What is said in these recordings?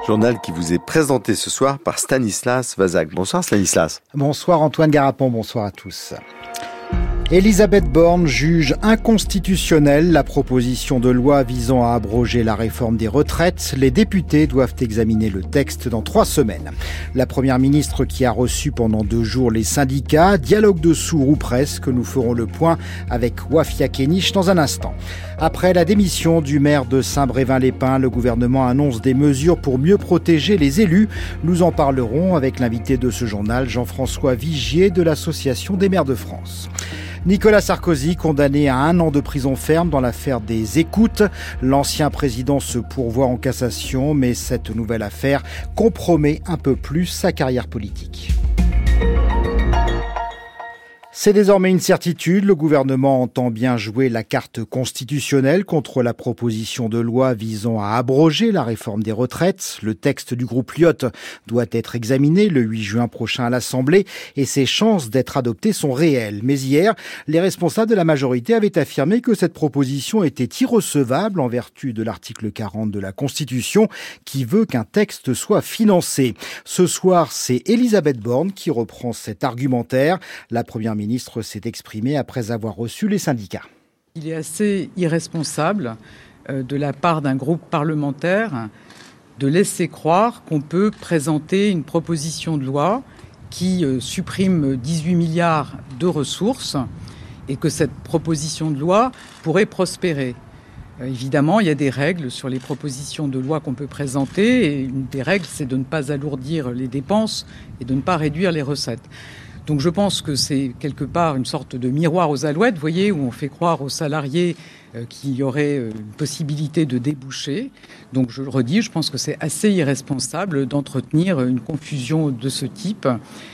Journal qui vous est présenté ce soir par Stanislas Vazak. Bonsoir Stanislas. Bonsoir Antoine Garapon, bonsoir à tous. Elisabeth Borne juge inconstitutionnelle la proposition de loi visant à abroger la réforme des retraites. Les députés doivent examiner le texte dans 3 semaines. La première ministre qui a reçu pendant 2 jours les syndicats, dialogue de sourds ou presque, nous ferons le point avec Wafia Kenich dans un instant. Après la démission du maire de Saint-Brévin-les-Pins, le gouvernement annonce des mesures pour mieux protéger les élus. Nous en parlerons avec l'invité de ce journal, Jean-François Vigier de l'Association des maires de France. Nicolas Sarkozy, condamné à 1 an de prison ferme dans l'affaire des écoutes. L'ancien président se pourvoit en cassation, mais cette nouvelle affaire compromet un peu plus sa carrière politique. C'est désormais une certitude, le gouvernement entend bien jouer la carte constitutionnelle contre la proposition de loi visant à abroger la réforme des retraites. Le texte du groupe Lyot doit être examiné le 8 juin prochain à l'Assemblée et ses chances d'être adopté sont réelles. Mais hier, les responsables de la majorité avaient affirmé que cette proposition était irrecevable en vertu de l'article 40 de la Constitution qui veut qu'un texte soit financé. Ce soir, c'est Elisabeth Borne qui reprend cet argumentaire. La première ministre s'est exprimée après avoir reçu les syndicats. Il est assez irresponsable de la part d'un groupe parlementaire de laisser croire qu'on peut présenter une proposition de loi qui supprime 18 milliards de ressources et que cette proposition de loi pourrait prospérer. Évidemment, il y a des règles sur les propositions de loi qu'on peut présenter et une des règles, c'est de ne pas alourdir les dépenses et de ne pas réduire les recettes. Donc je pense que c'est quelque part une sorte de miroir aux alouettes, vous voyez, où on fait croire aux salariés qu'il y aurait une possibilité de déboucher. Donc je le redis, je pense que c'est assez irresponsable d'entretenir une confusion de ce type.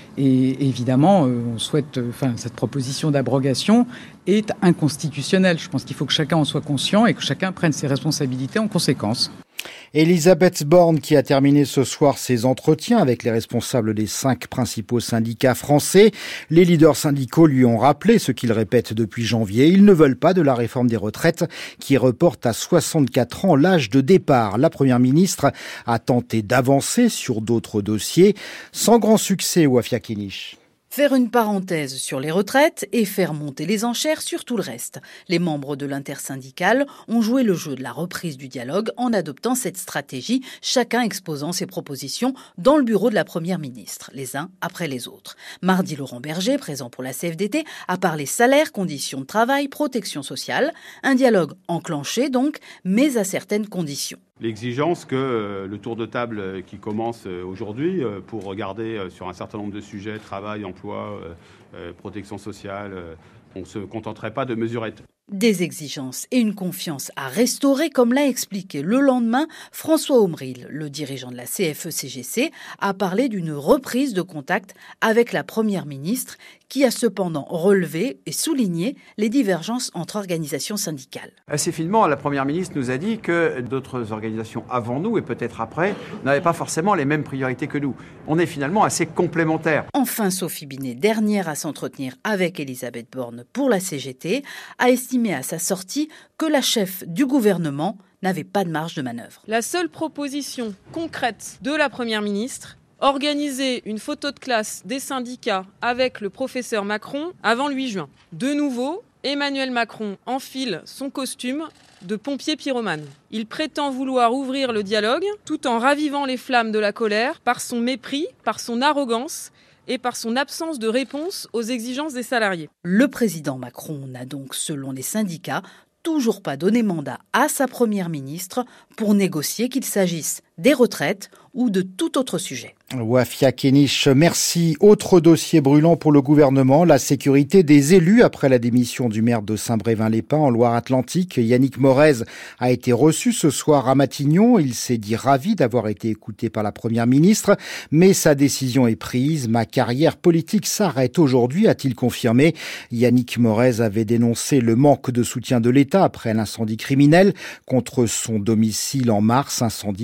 Et évidemment, on souhaite, cette proposition d'abrogation est inconstitutionnelle. Je pense qu'il faut que chacun en soit conscient et que chacun prenne ses responsabilités en conséquence. Elisabeth Borne qui a terminé ce soir ses entretiens avec les responsables des 5 principaux syndicats français. Les leaders syndicaux lui ont rappelé ce qu'ils répètent depuis janvier. Ils ne veulent pas de la réforme des retraites qui reporte à 64 ans l'âge de départ. La première ministre a tenté d'avancer sur d'autres dossiers sans grand succès, Wafia Kenich. Faire une parenthèse sur les retraites et faire monter les enchères sur tout le reste. Les membres de l'intersyndicale ont joué le jeu de la reprise du dialogue en adoptant cette stratégie, chacun exposant ses propositions dans le bureau de la première ministre, les uns après les autres. Mardi, Laurent Berger, présent pour la CFDT, a parlé salaire, conditions de travail, protection sociale. Un dialogue enclenché donc, mais à certaines conditions. L'exigence que le tour de table qui commence aujourd'hui pour regarder sur un certain nombre de sujets, travail, emploi, protection sociale, on ne se contenterait pas de mesurettes. Des exigences et une confiance à restaurer, comme l'a expliqué le lendemain François Aumeril, le dirigeant de la CFE-CGC, a parlé d'une reprise de contact avec la première ministre qui a cependant relevé et souligné les divergences entre organisations syndicales. Assez finement, la première ministre nous a dit que d'autres organisations avant nous et peut-être après n'avaient pas forcément les mêmes priorités que nous. On est finalement assez complémentaires. Enfin, Sophie Binet, dernière à s'entretenir avec Elisabeth Borne pour la CGT, a estimé à sa sortie que la chef du gouvernement n'avait pas de marge de manœuvre. La seule proposition concrète de la Première ministre, organiser une photo de classe des syndicats avec le professeur Macron avant le 8 juin. De nouveau, Emmanuel Macron enfile son costume de pompier pyromane. Il prétend vouloir ouvrir le dialogue tout en ravivant les flammes de la colère par son mépris, par son arrogance et par son absence de réponse aux exigences des salariés. Le président Macron n'a donc, selon les syndicats, toujours pas donné mandat à sa première ministre pour négocier, qu'il s'agisse des retraites ou de tout autre sujet. Wafia Kenich, merci. Autre dossier brûlant pour le gouvernement, la sécurité des élus après la démission du maire de Saint-Brévin-les-Pins en Loire-Atlantique. Yannick Morez a été reçu ce soir à Matignon. Il s'est dit ravi d'avoir été écouté par la première ministre, mais sa décision est prise. Ma carrière politique s'arrête aujourd'hui, a-t-il confirmé. Yannick Morez avait dénoncé le manque de soutien de l'État après l'incendie criminel contre son domicile en mars, incendie sans doute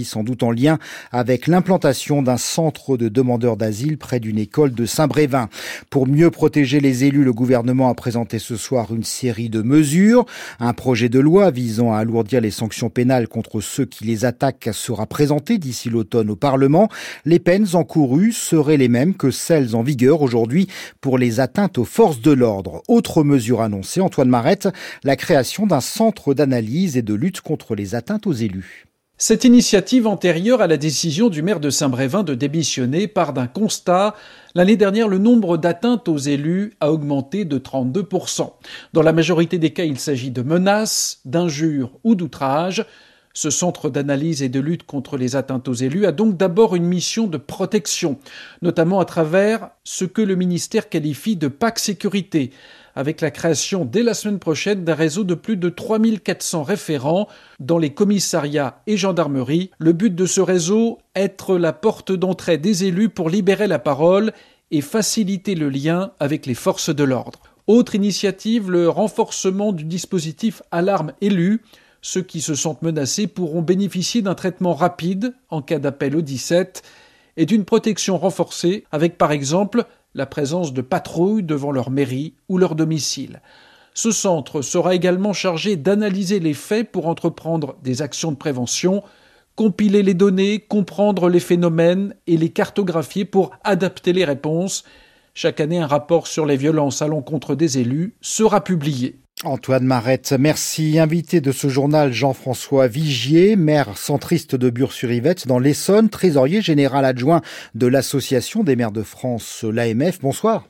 en lien avec l'implantation d'un centre de demandeurs d'asile près d'une école de Saint-Brévin. Pour mieux protéger les élus, le gouvernement a présenté ce soir une série de mesures. Un projet de loi visant à alourdir les sanctions pénales contre ceux qui les attaquent sera présenté d'ici l'automne au Parlement. Les peines encourues seraient les mêmes que celles en vigueur aujourd'hui pour les atteintes aux forces de l'ordre. Autre mesure annoncée, Antoine Marette, la création d'un centre d'analyse et de lutte contre les atteintes aux élus. Cette initiative antérieure à la décision du maire de Saint-Brévin de démissionner part d'un constat. L'année dernière, le nombre d'atteintes aux élus a augmenté de 32%. Dans la majorité des cas, il s'agit de menaces, d'injures ou d'outrages. Ce centre d'analyse et de lutte contre les atteintes aux élus a donc d'abord une mission de protection, notamment à travers ce que le ministère qualifie de PAC sécurité, avec la création dès la semaine prochaine d'un réseau de plus de 3400 référents dans les commissariats et gendarmeries. Le but de ce réseau, être la porte d'entrée des élus pour libérer la parole et faciliter le lien avec les forces de l'ordre. Autre initiative, le renforcement du dispositif Alarme élu. Ceux qui se sentent menacés pourront bénéficier d'un traitement rapide en cas d'appel au 17 et d'une protection renforcée avec par exemple la présence de patrouilles devant leur mairie ou leur domicile. Ce centre sera également chargé d'analyser les faits pour entreprendre des actions de prévention, compiler les données, comprendre les phénomènes et les cartographier pour adapter les réponses. Chaque année, un rapport sur les violences à l'encontre des élus sera publié. Antoine Marette, merci. Invité de ce journal, Jean-François Vigier, maire centriste de Bure-sur-Yvette dans l'Essonne, trésorier général adjoint de l'Association des maires de France, l'AMF. Bonsoir.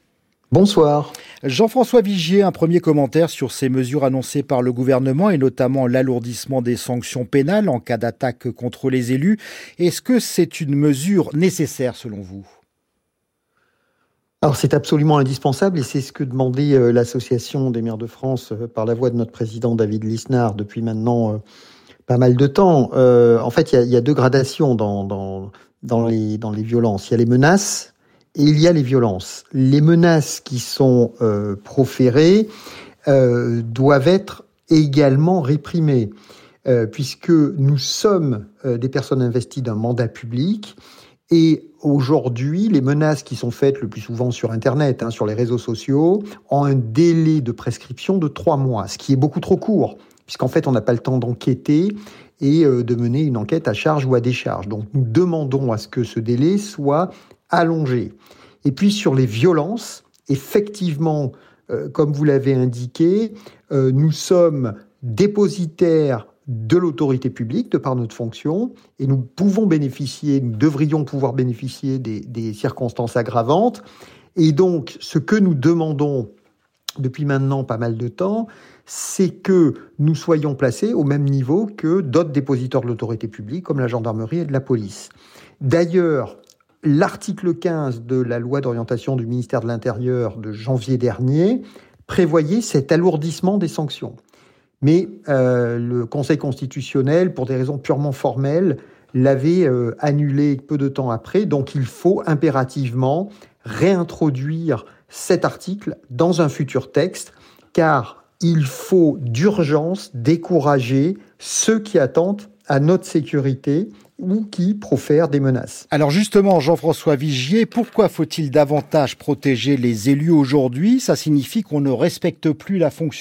Bonsoir. Jean-François Vigier, un premier commentaire sur ces mesures annoncées par le gouvernement et notamment l'alourdissement des sanctions pénales en cas d'attaque contre les élus. Est-ce que c'est une mesure nécessaire selon vous ? Alors c'est absolument indispensable et c'est ce que demandait l'Association des maires de France par la voix de notre président David Lisnard depuis maintenant pas mal de temps. En fait, il y a deux gradations dans les violences. Il y a les menaces et il y a les violences. Les menaces qui sont proférées doivent être également réprimées puisque nous sommes des personnes investies d'un mandat public. Et aujourd'hui, les menaces qui sont faites le plus souvent sur Internet, sur les réseaux sociaux, ont un délai de prescription de 3 mois, ce qui est beaucoup trop court, puisqu'en fait, on n'a pas le temps d'enquêter et de mener une enquête à charge ou à décharge. Donc, nous demandons à ce que ce délai soit allongé. Et puis, sur les violences, effectivement, comme vous l'avez indiqué, nous sommes dépositaires de l'autorité publique, de par notre fonction, et nous devrions pouvoir bénéficier des circonstances aggravantes. Et donc, ce que nous demandons depuis maintenant pas mal de temps, c'est que nous soyons placés au même niveau que d'autres dépositaires de l'autorité publique, comme la gendarmerie et de la police. D'ailleurs, l'article 15 de la loi d'orientation du ministère de l'Intérieur de janvier dernier prévoyait cet alourdissement des sanctions. Mais le Conseil constitutionnel, pour des raisons purement formelles, l'avait annulé peu de temps après. Donc il faut impérativement réintroduire cet article dans un futur texte, car il faut d'urgence décourager ceux qui attentent à notre sécurité ou qui profèrent des menaces. Alors justement, Jean-François Vigier, pourquoi faut-il davantage protéger les élus aujourd'hui ? Ça signifie qu'on ne respecte plus la fonction ?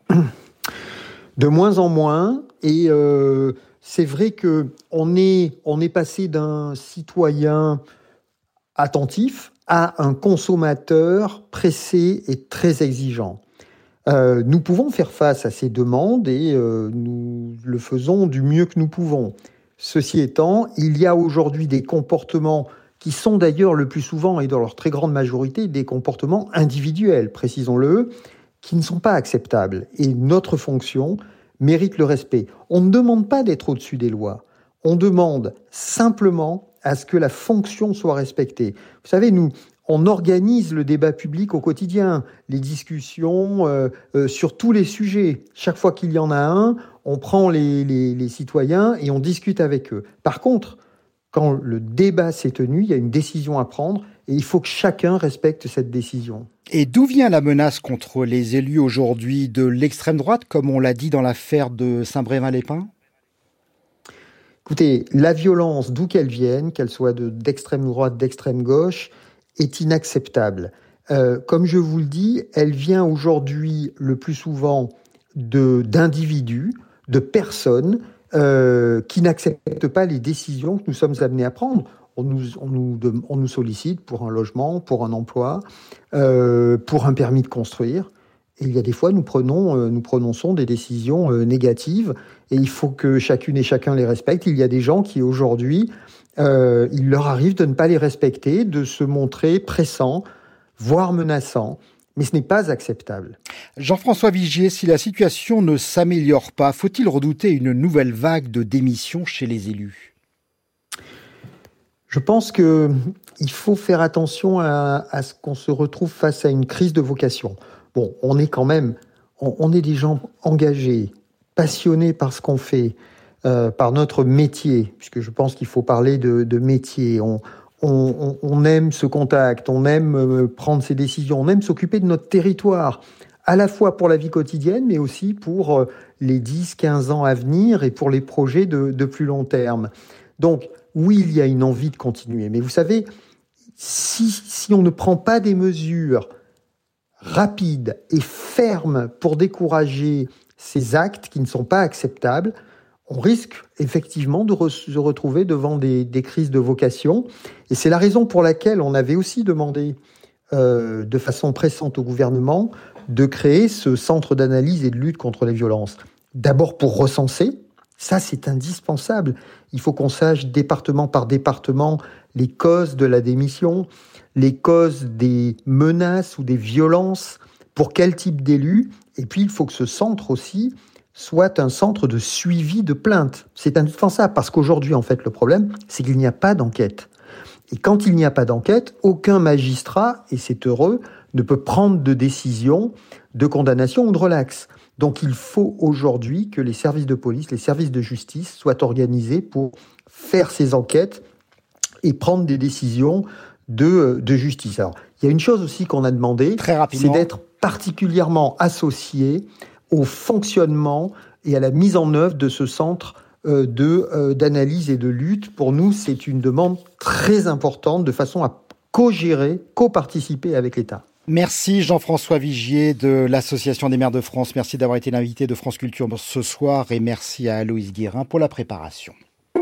De moins en moins, et c'est vrai que on est passé d'un citoyen attentif à un consommateur pressé et très exigeant. Nous pouvons faire face à ces demandes et nous le faisons du mieux que nous pouvons. Ceci étant, il y a aujourd'hui des comportements qui sont d'ailleurs le plus souvent et dans leur très grande majorité des comportements individuels, précisons-le, qui ne sont pas acceptables. Et notre fonction mérite le respect. On ne demande pas d'être au-dessus des lois. On demande simplement à ce que la fonction soit respectée. Vous savez, on organise le débat public au quotidien, les discussions sur tous les sujets. Chaque fois qu'il y en a un, on prend les citoyens et on discute avec eux. Par contre, quand le débat s'est tenu, il y a une décision à prendre et il faut que chacun respecte cette décision. Et d'où vient la menace contre les élus aujourd'hui ? De l'extrême droite, comme on l'a dit dans l'affaire de Saint-Brévin-les-Pins ? Écoutez, la violence, d'où qu'elle vienne, qu'elle soit d'extrême droite, d'extrême gauche, est inacceptable. Comme je vous le dis, elle vient aujourd'hui le plus souvent d'individus, de personnes qui n'acceptent pas les décisions que nous sommes amenés à prendre. On nous sollicite pour un logement, pour un emploi, pour un permis de construire. Et il y a des fois, nous prononçons des décisions négatives et il faut que chacune et chacun les respecte. Il y a des gens qui, aujourd'hui, il leur arrive de ne pas les respecter, de se montrer pressants, voire menaçants. Mais ce n'est pas acceptable. Jean-François Vigier, si la situation ne s'améliore pas, faut-il redouter une nouvelle vague de démissions chez les élus ? Je pense qu'il faut faire attention à ce qu'on se retrouve face à une crise de vocation. Bon, on est des gens engagés, passionnés par ce qu'on fait, par notre métier, puisque je pense qu'il faut parler de métier. On aime ce contact, on aime prendre ses décisions, on aime s'occuper de notre territoire, à la fois pour la vie quotidienne, mais aussi pour les 10-15 ans à venir et pour les projets de plus long terme. Donc, oui, il y a une envie de continuer. Mais vous savez, si on ne prend pas des mesures rapides et fermes pour décourager ces actes qui ne sont pas acceptables, on risque effectivement de se retrouver devant des crises de vocation. Et c'est la raison pour laquelle on avait aussi demandé de façon pressante au gouvernement de créer ce centre d'analyse et de lutte contre les violences. D'abord pour recenser, ça c'est indispensable. Il faut qu'on sache département par département les causes de la démission, les causes des menaces ou des violences, pour quel type d'élus. Et puis il faut que ce centre aussi soit un centre de suivi de plaintes. C'est indispensable parce qu'aujourd'hui, en fait, le problème, c'est qu'il n'y a pas d'enquête. Et quand il n'y a pas d'enquête, aucun magistrat, et c'est heureux, ne peut prendre de décision de condamnation ou de relax. Donc il faut aujourd'hui que les services de police, les services de justice soient organisés pour faire ces enquêtes et prendre des décisions de justice. Alors, il y a une chose aussi qu'on a demandé, c'est d'être particulièrement associé au fonctionnement et à la mise en œuvre de ce centre d'analyse et de lutte. Pour nous, c'est une demande très importante de façon à co-gérer, co-participer avec l'État. Merci Jean-François Vigier de l'Association des maires de France. Merci d'avoir été l'invité de France Culture ce soir et merci à Aloïse Guérin pour la préparation.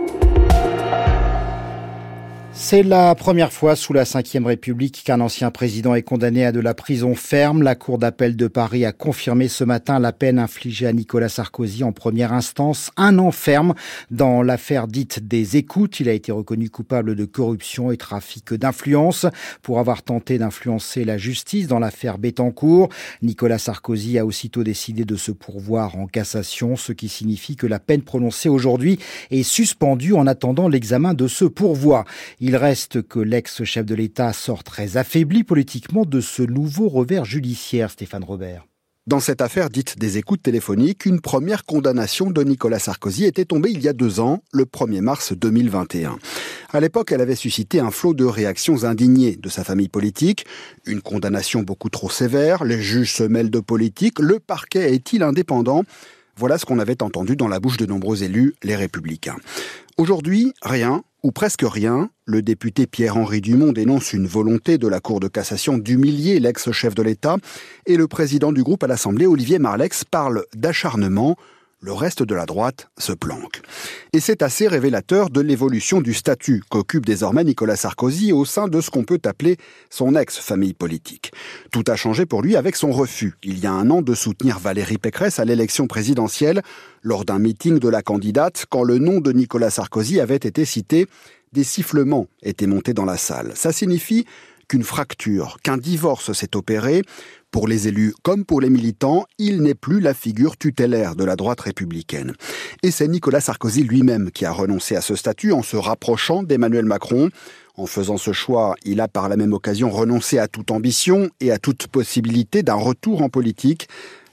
C'est la première fois sous la Ve République qu'un ancien président est condamné à de la prison ferme. La Cour d'appel de Paris a confirmé ce matin la peine infligée à Nicolas Sarkozy en première instance. 1 an ferme dans l'affaire dite des écoutes. Il a été reconnu coupable de corruption et trafic d'influence pour avoir tenté d'influencer la justice dans l'affaire Bettencourt. Nicolas Sarkozy a aussitôt décidé de se pourvoir en cassation, ce qui signifie que la peine prononcée aujourd'hui est suspendue en attendant l'examen de ce pourvoi. Il reste que l'ex-chef de l'État sort très affaibli politiquement de ce nouveau revers judiciaire, Stéphane Robert. Dans cette affaire dite des écoutes téléphoniques, une première condamnation de Nicolas Sarkozy était tombée il y a 2 ans, le 1er mars 2021. À l'époque, elle avait suscité un flot de réactions indignées de sa famille politique. Une condamnation beaucoup trop sévère, les juges se mêlent de politique, le parquet est-il indépendant ? Voilà ce qu'on avait entendu dans la bouche de nombreux élus, les Républicains. Aujourd'hui, rien, ou presque rien. Le député Pierre-Henri Dumont dénonce une volonté de la Cour de cassation d'humilier l'ex-chef de l'État et le président du groupe à l'Assemblée, Olivier Marleix, parle d'acharnement. Le reste de la droite se planque. Et c'est assez révélateur de l'évolution du statut qu'occupe désormais Nicolas Sarkozy au sein de ce qu'on peut appeler son ex-famille politique. Tout a changé pour lui avec son refus, il y a 1 an, de soutenir Valérie Pécresse à l'élection présidentielle. Lors d'un meeting de la candidate, quand le nom de Nicolas Sarkozy avait été cité, des sifflements étaient montés dans la salle. Ça signifie qu'une fracture, qu'un divorce s'est opéré. Pour les élus comme pour les militants, il n'est plus la figure tutélaire de la droite républicaine. Et c'est Nicolas Sarkozy lui-même qui a renoncé à ce statut en se rapprochant d'Emmanuel Macron. En faisant ce choix, il a par la même occasion renoncé à toute ambition et à toute possibilité d'un retour en politique.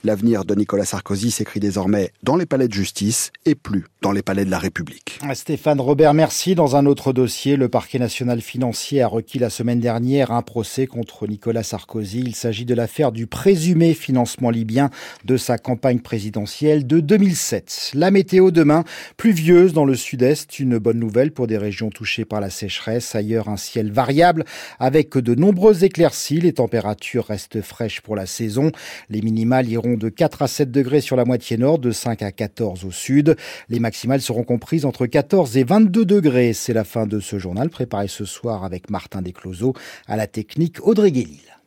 L'avenir de Nicolas Sarkozy s'écrit désormais dans les palais de justice et plus dans les palais de la République. Stéphane Robert, merci. Dans un autre dossier, le parquet national financier a requis la semaine dernière un procès contre Nicolas Sarkozy. Il s'agit de l'affaire du présumé financement libyen de sa campagne présidentielle de 2007. La météo demain, pluvieuse dans le sud-est, une bonne nouvelle pour des régions touchées par la sécheresse. Ailleurs, un ciel variable avec de nombreuses éclaircies. Les températures restent fraîches pour la saison. Les minimales iront de 4 à 7 degrés sur la moitié nord, de 5 à 14 au sud. Les maximales seront comprises entre 14 et 22 degrés. C'est la fin de ce journal préparé ce soir avec Martin Descloseaux, à la technique Audrey Guélil.